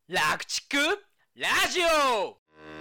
楽畜ラジオ。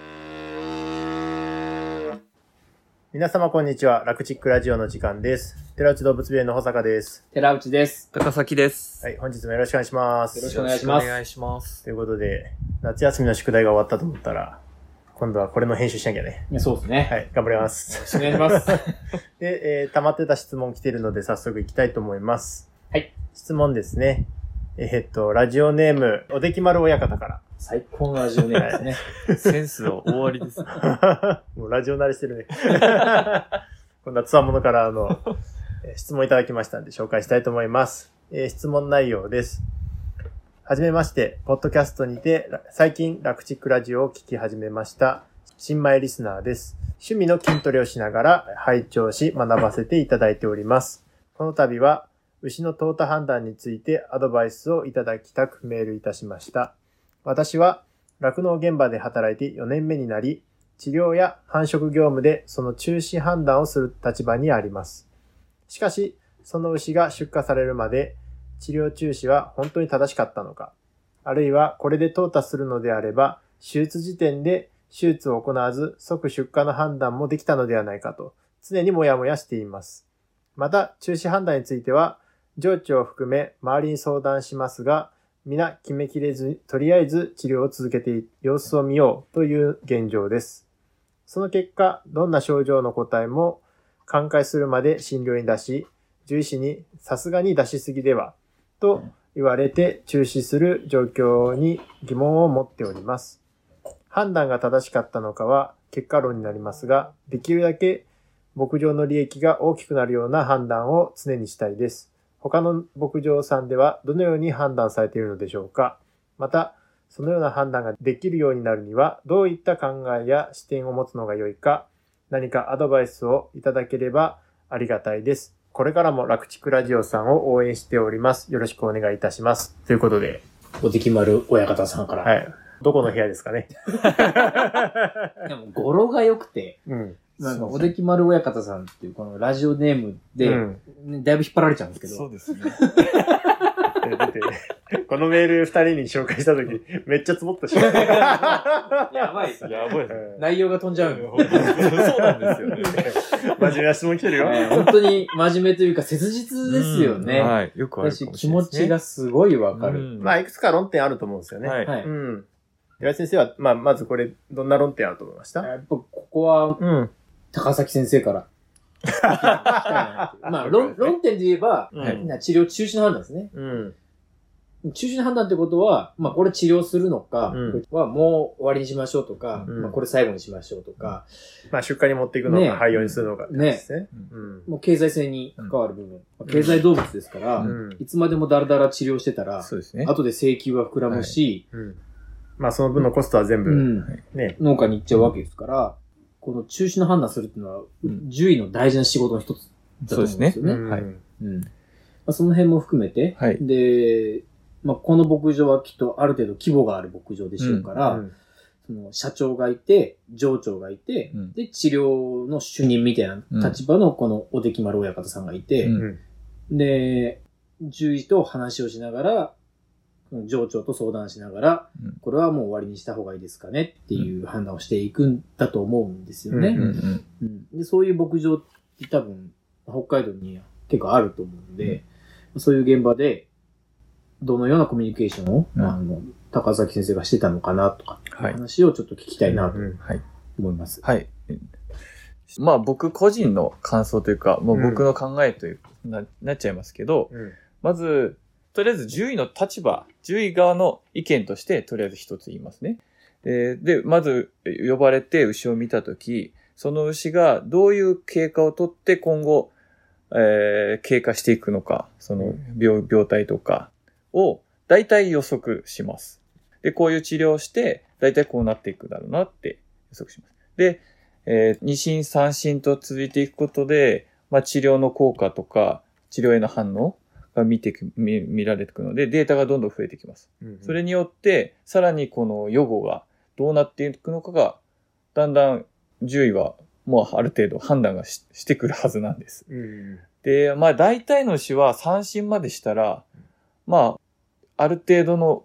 皆様こんにちは。楽チックラジオの時間です。寺内動物病院の保坂です。 寺内です。 高崎です。 はい、本日もよろしくお願いします。 よろしくお願いします。 お願いします。 ということで、夏休みの宿題が終わったと思ったら、今度はこれの編集しなきゃね。 いや、そうですね。 はい、頑張ります。 よろしくお願いします。 で、溜まってた質問来てるので早速行きたいと思います。 はい。 質問ですね。ラジオネーム、おできまる親方から。 最高のラジオネームですね。 センスは終わりですね。 もうラジオ慣れしてるね。こんなつわものから質問いただきましたんで紹介したいと思います。質問内容です。はじめまして、ポッドキャストにて最近楽チックラジオを聞き始めました新米リスナーです。趣味の筋トレをしながら拝聴し学ばせていただいております。この度は牛の淘汰判断についてアドバイスをいただきたくメールいたしました。私は酪農現場で働いて4年目になり、治療や繁殖業務でその中止判断をする立場にあります。しかし、その牛が出荷されるまで治療中止は本当に正しかったのか、あるいはこれで淘汰するのであれば、手術時点で手術を行わず即出荷の判断もできたのではないかと、常にもやもやしています。また、中止判断については、上長を含め周りに相談しますが、皆決めきれず、とりあえず治療を続けて様子を見ようという現状です。その結果、どんな症状の個体も寛解するまで診療に出し、獣医師にさすがに出しすぎでは、と言われて中止する状況に疑問を持っております。判断が正しかったのかは結果論になりますが、できるだけ牧場の利益が大きくなるような判断を常にしたいです。他の牧場さんではどのように判断されているのでしょうか。また、そのような判断ができるようになるには、どういった考えや視点を持つのが良いか、何かアドバイスをいただければありがたいです。これからも楽チクラジオさんを応援しております。よろしくお願いいたします。ということで。 おできまる親方さんから。 はい。どこの部屋ですかね。 でも語呂が良くて、なんかおできまる親方さんっていうこのラジオネームで、だいぶ引っ張られちゃうんですけど。 そうですね。 だって、このメール2人に紹介したとき、めっちゃ積もったし。 やばいですね。 やばいですね。 内容が飛んじゃうの。 そうなんですよね。 真面目な質問来てるよ。 本当に真面目というか切実ですよね。 はい。よくあるかもしれないですね。 気持ちがすごいわかる。 まあ、いくつか論点あると思うんですよね。 はい。 はい。 寺井先生は、まずこれ、どんな論点あると思いました？ やっぱここは、高崎先生から。まあ、論点で言えば、治療中止の判断ですね。中止の判断ってことは、まあ、これ治療するのか、はもう終わりにしましょうとか、まあ、これ最後にしましょうとか。 まあ、出荷に持っていくのか、廃用にするのかですね。 もう経済性に関わる部分。経済動物ですから、いつまでもだらだら治療してたら、 そうですね。 後で請求が膨らむし、 まあ、その分のコストは全部、 農家に行っちゃうわけですから、この中止の判断するっていうのは、獣医の大事な仕事の一つだと思うんですよね。 はい。 その辺も含めて、で、まあ、この牧場はきっとある程度規模がある牧場でしょうから、その社長がいて、上長がいて、で、治療の主任みたいな立場のこのおできまる親方さんがいて、で、獣医と話をしながら、上長と相談しながら、これはもう終わりにした方がいいですかねっていう判断をしていくんだと思うんですよね。で、そういう牧場って多分、北海道に結構あると思うので、そういう現場で、どのようなコミュニケーションを、高崎先生がしてたのかなとか、話をちょっと聞きたいなと思います。 はい。まあ僕個人の感想というか、もう僕の考えというなっちゃいますけど、まず、とりあえず獣医の立場、獣医側の意見として、とりあえず一つ言いますね。で、まず呼ばれて牛を見たとき、その牛がどういう経過をとって今後、経過していくのか、その病態とかを大体予測します。で、こういう治療をして、大体こうなっていくだろうなって予測します。で、二診三診と続いていくことで、まあ治療の効果とか、治療への反応が見られていくので、データがどんどん増えてきます。それによって、さらにこの予後がどうなっていくのかが、だんだん獣医はもうある程度判断がしてくるはずなんです。で、まあ大体の牛は三診までしたら、まあ、ある程度の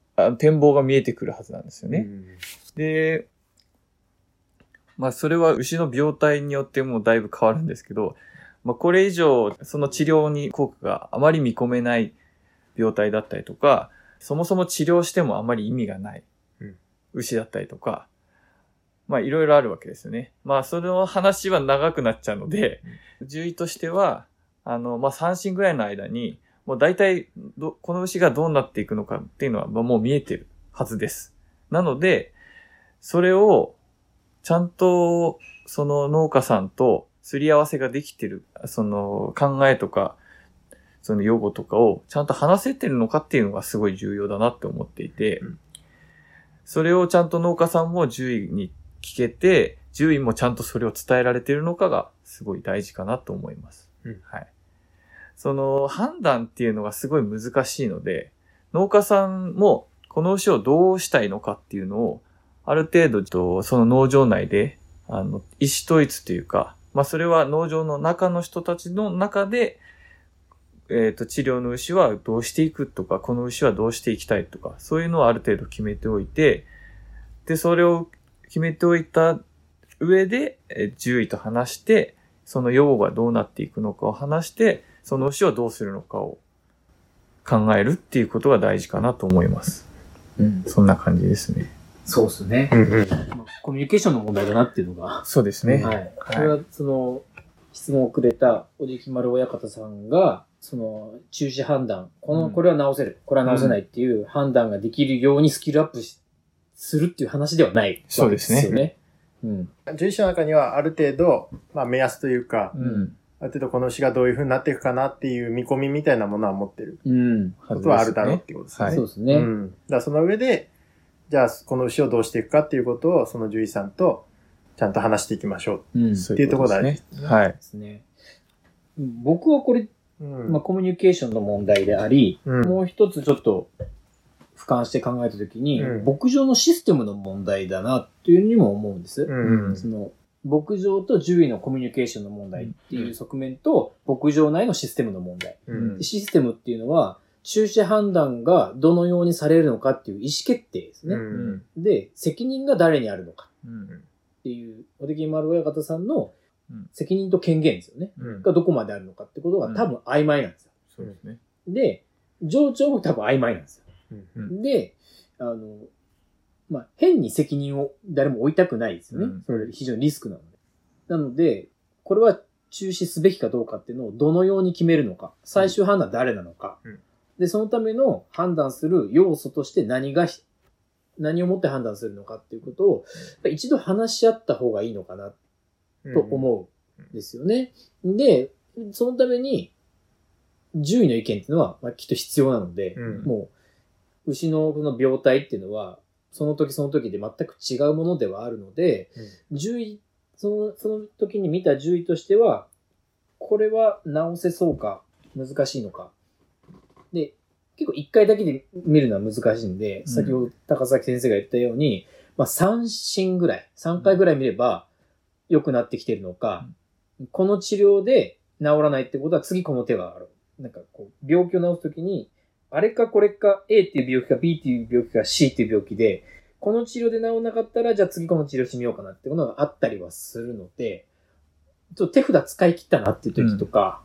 展望が見えてくるはずなんですよね。で、まあそれは牛の病態によってもだいぶ変わるんですけど、まあこれ以上その治療に効果があまり見込めない病態だったりとか、そもそも治療してもあまり意味がない牛だったりとか、まあいろいろあるわけですよね。まあその話は長くなっちゃうので、獣医としては、まあ3診ぐらいの間に、もう大体この牛がどうなっていくのかっていうのはもう見えてるはずです。なので、それをちゃんとその農家さんとすり合わせができてる、その考えとか、その用語とかをちゃんと話せてるのかっていうのがすごい重要だなって思っていて、それをちゃんと農家さんも獣医に聞けて、獣医もちゃんとそれを伝えられているのかがすごい大事かなと思います。はい。その判断っていうのがすごい難しいので、農家さんもこの牛をどうしたいのかっていうのを、ある程度その農場内で、意思統一というか、まあそれは農場の中の人たちの中で、治療の牛はどうしていくとか、この牛はどうしていきたいとか、そういうのをある程度決めておいて、で、それを決めておいた上で、獣医と話して、その用語がどうなっていくのかを話して、その牛をどうするのかを考えるっていうことが大事かなと思います。そんな感じですね。 そうですね。コミュニケーションの問題だなっていうのが。 そうですね。 はい。これは、質問をくれたおじきまる親方さんが、中止判断、これは直せる、これは直せないっていう判断ができるようにスキルアップするっていう話ではない、 そうですね。 獣医師の中にはある程度、まあ目安というか、ある程度この牛がどういう風になっていくかなっていう見込みみたいなものは持ってる。ことはあるだろうっていうことですね。 そうですね。 だからその上で、じゃあこの牛をどうしていくかっていうことをその獣医さんとちゃんと話していきましょうっていうところだね。 はい。僕はこれ、コミュニケーションの問題であり、もう一つちょっと俯瞰して考えたときに、牧場のシステムの問題だなっていうふうにも思うんです。牧場と獣医のコミュニケーションの問題っていう側面と、牧場内のシステムの問題。システムっていうのは、中止判断がどのようにされるのかっていう意思決定ですね。で、責任が誰にあるのかっていう、おできまる親方さんの責任と権限ですよね。がどこまであるのかってことが多分曖昧なんですよ。 そうですね。 で、上長も多分曖昧なんですよ。で、まあ、変に責任を誰も負いたくないですよね。それ非常にリスクなので。なので、これは中止すべきかどうかっていうのをどのように決めるのか、最終判断は誰なのか、で、そのための判断する要素として何をもって判断するのかっていうことを、一度話し合った方がいいのかな、と思うんですよね。で、そのために、獣医の意見っていうのは、きっと必要なので、もう、牛のこの病態っていうのは、その時その時で全く違うものではあるので、獣医、その時に見た獣医としては、これは治せそうか、難しいのか。で、結構一回だけで見るのは難しいんで、先ほど高崎先生が言ったように、まあ3診ぐらい、3回ぐらい見れば良くなってきてるのか、この治療で治らないってことは次この手がある。なんかこう、病気を治すときに、あれかこれか A っていう病気か B っていう病気か C っていう病気で、この治療で治らなかったら、じゃあ次この治療してみようかなってことがあったりはするので、ちょっと手札使い切ったなっていう時とか、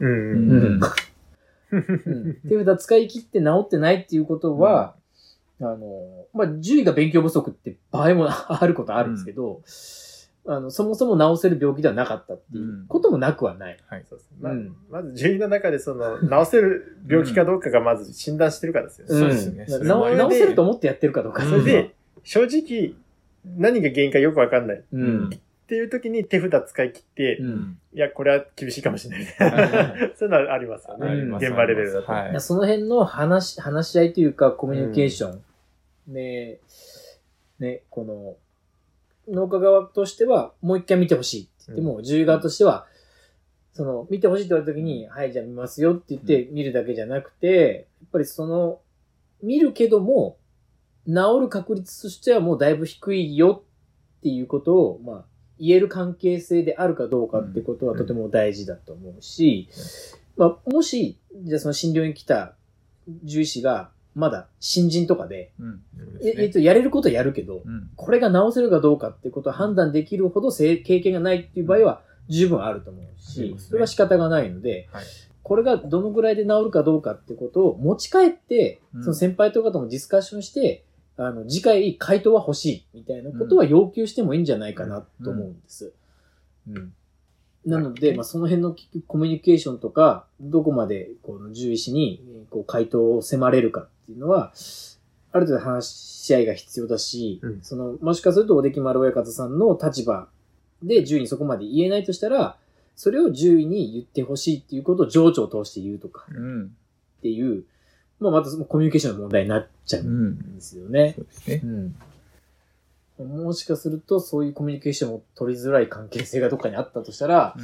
手札使い切って治ってないっていうことは、まあ、獣医が勉強不足って場合もあることあるんですけど、そもそも治せる病気ではなかったっていうこともなくはない。 はい、そうですね。まず獣医の中で治せる病気かどうかがまず診断してるからですよね。 そうですね。治せると思ってやってるかどうか。 それで、正直、何が原因かよくわかんない。っていう時に手札使い切って、いや、これは厳しいかもしれない。そういうのはありますよね。現場レベルだと。 その辺の話し合いというか、コミュニケーション。ね、この、農家側としては、もう一回見てほしいって言っても、獣医側としては、見てほしいって言われた時に、はい、じゃあ見ますよって言って見るだけじゃなくて、やっぱり見るけども、治る確率としてはもうだいぶ低いよっていうことを、まあ、言える関係性であるかどうかってことはとても大事だと思うし、まあ、もし、じゃあその診療に来た獣医師が、 まだ新人とかで、 ねやれることはやるけど、 うん。 これが直せるかどうかっていうことを判断できるほど経験がないっていう場合は十分あると思うし、 そうですねそれは仕方がないので、 はいこれがどのぐらいで治るかどうかってことを持ち帰って、 うんその先輩とかともディスカッションして、次回回答は欲しいみたいなことは要求してもいいんじゃないかなと思うんです。 うん。 なので、その辺のコミュニケーションとか、どこまでこの獣医師に回答を迫れるかっていうのは、ある程度話し合いが必要だし、もしかすると、おできまる親方さんの立場で獣医にそこまで言えないとしたら、それを獣医に言ってほしいっていうことを情緒を通して言うとかっていう、またコミュニケーションの問題になっちゃうんですよね。 そうですね。 もしかすると、そういうコミュニケーションも取りづらい関係性がどっかにあったとしたら、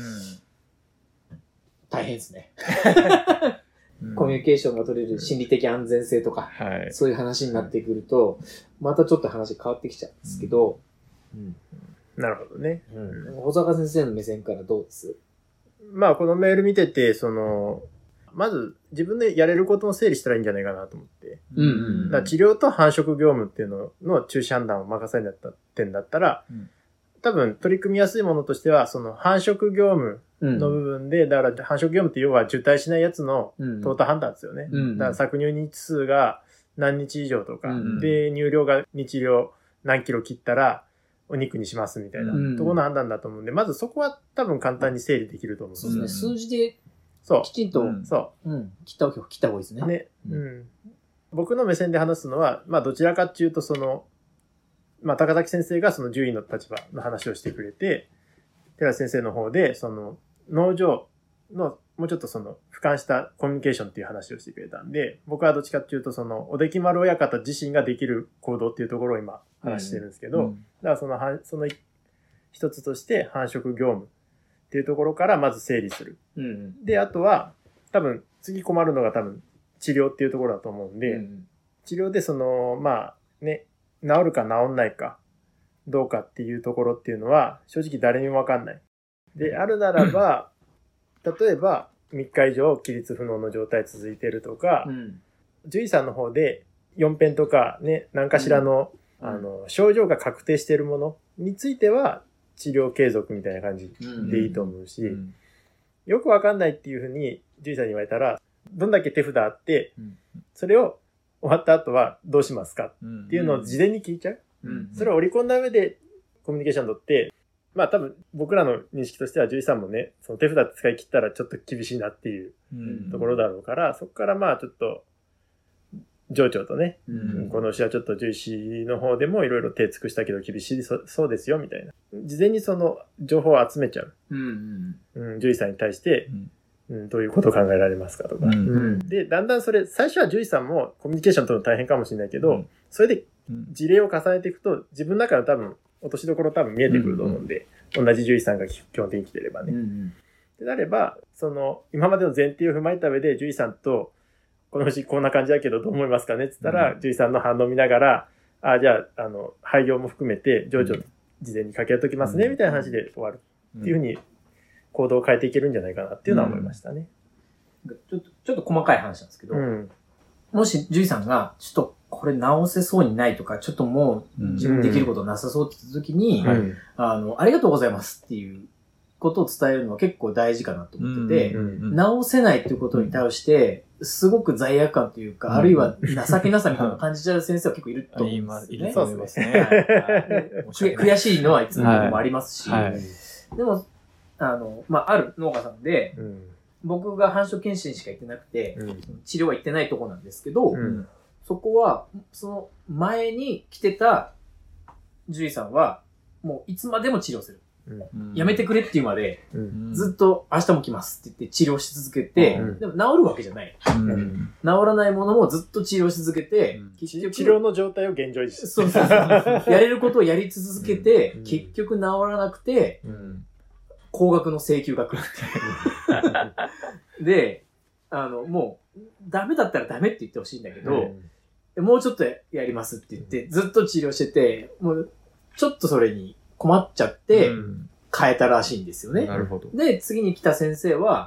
大変ですね。コミュニケーションが取れる心理的安全性とか、そういう話になってくると、またちょっと話変わってきちゃうんですけど、 なるほどね。 保坂先生の目線からどうです？ このメール見てて、まず自分でやれることの整理したらいいんじゃないかなと思って。だから治療と繁殖業務っていうのの中止判断を任された点だったら、多分取り組みやすいものとしては、繁殖業務の部分で、だから繁殖業務って要は受胎しないやつの淘汰判断ですよね。だから搾乳日数が何日以上とか、で、乳量が日量何キロ切ったらお肉にしますみたいなところの判断だと思うんで、まずそこは多分簡単に整理できると思うんですそうですね。数字できちんと、切った方がいいですね。 ね。僕の目線で話すのは、どちらかっていうと高崎先生がその獣医の立場の話をしてくれて、寺先生の方で、農場のもうちょっと俯瞰したコミュニケーションっていう話をしてくれたんで、僕はどっちかっていうとおできまる親方自身ができる行動っていうところを今話してるんですけど、だからその一つとして繁殖業務っていうところからまず整理する。で、あとは多分次困るのが多分治療っていうところだと思うんで、治療で治るか治んないかどうかっていうところっていうのは正直誰にもわかんない。で、あるならば、例えば3日以上起立不能の状態続いてるとか、獣医さんの方で4片とかね、何かしらの、症状が確定しているものについては治療継続みたいな感じでいいと思うし、よくわかんないっていうふうに獣医さんに言われたら、どんだけ手札あって、それを終わった後はどうしますかっていうのを事前に聞いちゃう。それを織り込んだ上でコミュニケーション取って、多分僕らの認識としては獣医さんもね、その手札使い切ったらちょっと厳しいなっていうところだろうから、そこからちょっと、情緒とね、この牛はちょっと獣医師の方でもいろいろ手尽くしたけど厳しいそうですよみたいな。事前にその情報を集めちゃう。獣医さんに対して、どういうことを考えられますかとか。で、だんだんそれ、最初は獣医さんもコミュニケーション取るの大変かもしれないけど、それで事例を重ねていくと、自分の中の多分、落としどころ多分見えてくると思うんで、同じ獣医さんが基本的に来てればね。でなれば、今までの前提を踏まえた上で、獣医さんと、この牛こんな感じだけどどう思いますかねって言ったら、獣医さんの反応を見ながら、じゃあ、廃業も含めて、情緒事前に掛け合っときますね、みたいな話で終わる。っていうふうに、行動を変えていけるんじゃないかなっていうのは思いましたね。 ちょっと細かい話なんですけど、もし獣医さんが、ちょっとこれ直せそうにないとか、ちょっともう自分できることなさそうって言った時に、ありがとうございますっていうことを伝えるのは結構大事かなと思ってて、直せないっていうことに対して、すごく罪悪感というか、あるいは情けなさみたいな感じちゃう先生は結構いると思うんですよね。 そうですね。 悔しいのはいつもありますし、でも、ある農家さんで、僕が繁殖検診しか行ってなくて、治療は行ってないとこなんですけど、そこは、その前に来てた獣医さんは、もういつまでも治療する。やめてくれっていうまで、ずっと明日も来ますって言って治療し続けて、でも治るわけじゃない。治らないものもずっと治療し続けて、 治療の状態を現状維持する。 そうそうそう。やれることをやり続けて、結局治らなくて、高額の請求が来るっていう。で、もう、ダメだったらダメって言ってほしいんだけど、もうちょっとやりますって言って、ずっと治療してて、もう、ちょっとそれに困っちゃって、変えたらしいんですよね。 なるほど。 で、次に来た先生は、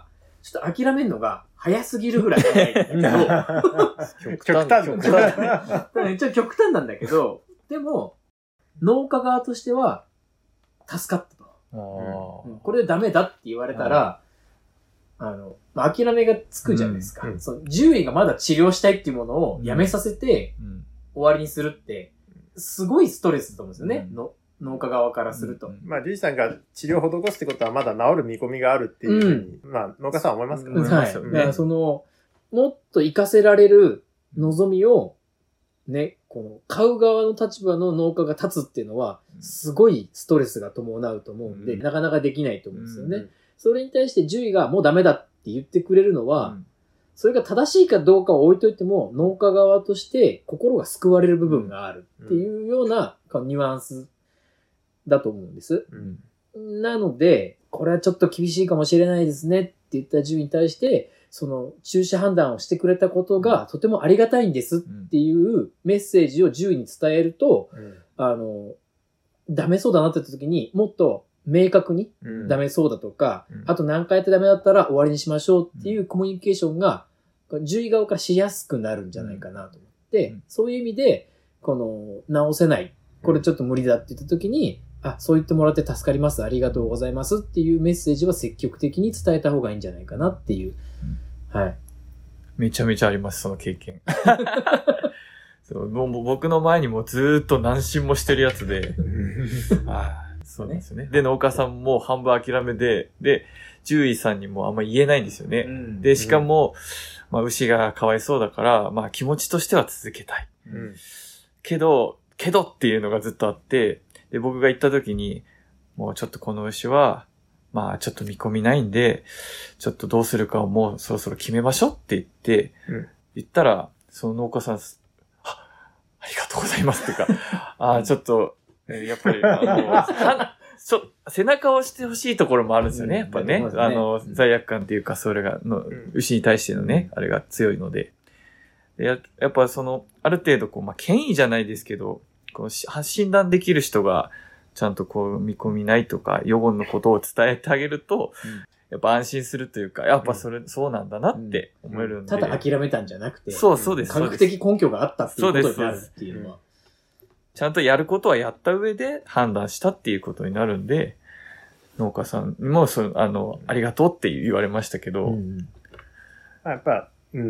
ちょっと諦めるのが早すぎるぐらい早いんだけど、 極端一応極端なんだけど、でも、農家側としては、助かったと。これダメだって言われたら、諦めがつくじゃないですか。その獣医がまだ治療したいっていうものをやめさせて、終わりにするって、すごいストレスだと思うんですよね。農家側からすると。 まあ、獣医さんが治療を施すってことはまだ治る見込みがあるっていうふうに、まあ、農家さんは思いますからね。 はい。だからもっと活かせられる望みを、ね、この買う側の立場の農家が立つっていうのは、すごいストレスが伴うと思うんで、なかなかできないと思うんですよね。それに対して獣医がもうダメだって言ってくれるのは、それが正しいかどうかを置いといても、農家側として心が救われる部分があるっていうようなニュアンスだと思うんです。なので、これはちょっと厳しいかもしれないですねって言った獣医に対して、その中止判断をしてくれたことがとてもありがたいんですっていうメッセージを獣医に伝えると、ダメそうだなって言った時にもっと明確にダメそうだとか、あと何回やってダメだったら終わりにしましょうっていうコミュニケーションが獣医側からしやすくなるんじゃないかなと思って、そういう意味で、直せない、これちょっと無理だって言った時に、そう言ってもらって助かります、ありがとうございますっていうメッセージは積極的に伝えた方がいいんじゃないかなっていう。はい。 めちゃめちゃあります、その経験。もう僕の前にもずーっと何心もしてるやつで。そうなんですよね。で、農家さんも半分諦めで、獣医さんにもあんま言えないんですよね。で、しかも、牛がかわいそうだから、気持ちとしては続けたい。けどっていうのがずっとあって、で、僕が行った時に、もうちょっとこの牛は、ちょっと見込みないんで、ちょっとどうするかをもうそろそろ決めましょうって言ったら、その農家さん、ありがとうございますっていうか、ちょっと、やっぱり、背中を押してほしいところもあるんですよね、やっぱね。罪悪感っていうか、それが、牛に対してのね、あれが強いので。やっぱある程度権威じゃないですけど、診断できる人が、ちゃんと見込みないとか、予後のことを伝えてあげると、やっぱ安心するというか、やっぱそうなんだなって思えるんで。 ただ諦めたんじゃなくて、 そうです。 科学的根拠があったっていうことになるっていうのは。 ちゃんとやることはやった上で判断したっていうことになるんで、農家さんもありがとうって言われましたけど。 やっぱ、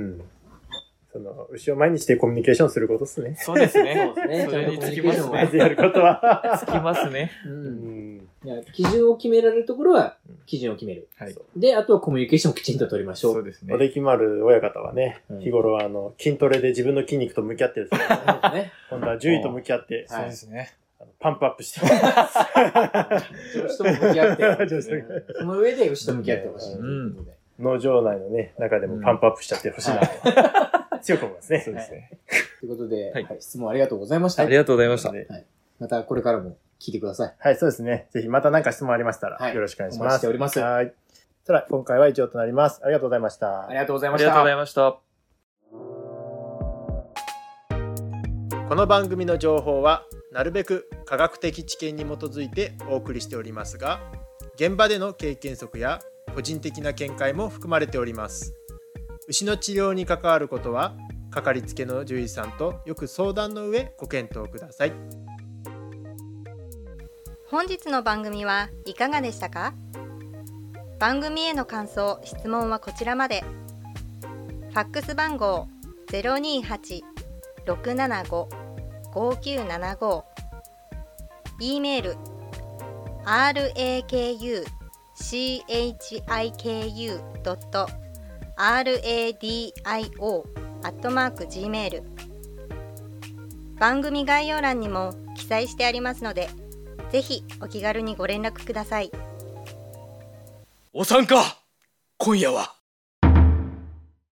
牛を前にしてコミュニケーションすることですね。 そうですね。それにつきますね。 まずやることは。 つきますね。 基準を決められるところは、基準を決める。で、あとはコミュニケーションをきちんと取りましょう。 そうですね。 おできまる親方はね、日頃は筋トレで自分の筋肉と向き合ってるんですけどね。今度は獣医と向き合って、 そうですね。 パンプアップして。 牛と向き合って。その上で牛と向き合ってほしい。 農場内のね、中でもパンプアップしちゃってほしいな。強く思いますね。 そうですね。ということで、質問ありがとうございました。 ありがとうございました。 またこれからも聞いてください。 はい、そうですね。ぜひまた何か質問ありましたら、よろしくお願いします。 お待ちしております。 はい。ただ、今回は以上となります。ありがとうございました。 ありがとうございました。 ありがとうございました。 この番組の情報は、なるべく科学的知見に基づいてお送りしておりますが、現場での経験則や個人的な見解も含まれております。牛の治療に関わることは、かかりつけの獣医さんとよく相談の上ご検討ください。 本日の番組はいかがでしたか？番組への感想・質問はこちらまで。ファックス番号 028-675-5975 E メール rakuchiku.radio@gmail 番組概要欄にも記載してありますので、ぜひお気軽にご連絡ください。 お参加、今夜は